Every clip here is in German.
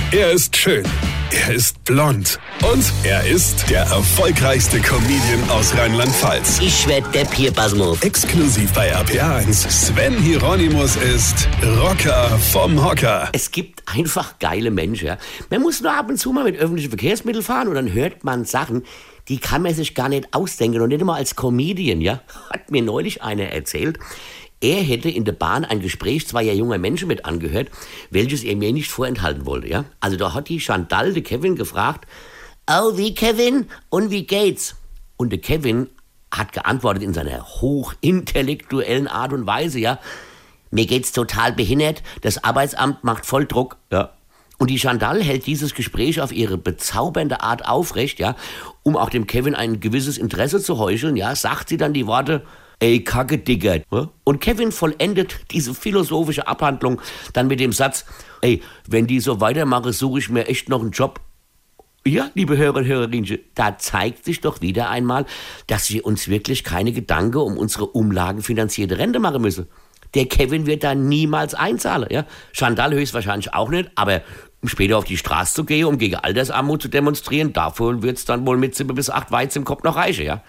Er ist schön. Er ist blond. Und er ist der erfolgreichste Comedian aus Rheinland-Pfalz. Ich werd der Pierpasmus. Exklusiv bei RPA1. Sven Hieronymus ist Rocker vom Hocker. Es gibt einfach geile Menschen. Ja. Man muss nur ab und zu mal mit öffentlichen Verkehrsmitteln fahren und dann hört man Sachen, die kann man sich gar nicht ausdenken. Und nicht immer als Comedian, ja. Hat mir neulich einer erzählt, er hätte in der Bahn ein Gespräch zweier junger Menschen mit angehört, welches er mir nicht vorenthalten wollte. Ja? Also da hat die Chantal de Kevin gefragt, oh, wie Kevin, und wie geht's? Und der Kevin hat geantwortet in seiner hochintellektuellen Art und Weise, ja, mir geht's total behindert, das Arbeitsamt macht voll Druck. Ja. Und die Chantal hält dieses Gespräch auf ihre bezaubernde Art aufrecht, ja, um auch dem Kevin ein gewisses Interesse zu heucheln, ja, sagt sie dann die Worte, ey, Kacke, Digger. Und Kevin vollendet diese philosophische Abhandlung dann mit dem Satz, ey, wenn die so weitermachen, suche ich mir echt noch einen Job. Ja, liebe Hörer und Hörerinnen, da zeigt sich doch wieder einmal, dass wir uns wirklich keine Gedanken um unsere umlagenfinanzierte Rente machen müssen. Der Kevin wird da niemals einzahlen. Ja? Chantal höchstwahrscheinlich auch nicht, aber um später auf die Straße zu gehen, um gegen Altersarmut zu demonstrieren, dafür wird es dann wohl mit 7 bis 8 Weizen im Kopf noch reichen, ja.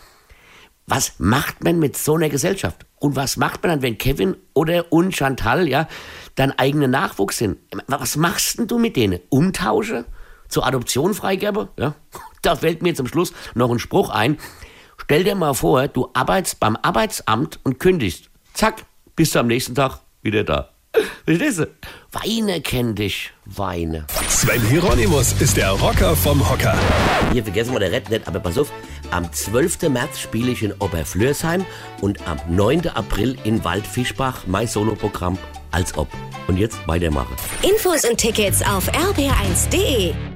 Was macht man mit so einer Gesellschaft? Und was macht man dann, wenn Kevin und Chantal, ja, dann eigene Nachwuchs sind? Was machst denn du mit denen? Umtausche? Zur Adoption freigebe? Ja? Da fällt mir zum Schluss noch ein Spruch ein. Stell dir mal vor, du arbeitest beim Arbeitsamt und kündigst. Zack, bist du am nächsten Tag wieder da. Verstehst du? Weine kennt dich, Weine. Sven Hieronymus ist der Rocker vom Hocker. Hier vergessen wir der Rett nicht, aber pass auf, am 12. März spiele ich in Oberflörsheim und am 9. April in Waldfischbach mein Soloprogramm Als Ob. Und jetzt weitermachen. Infos und Tickets auf rb1.de.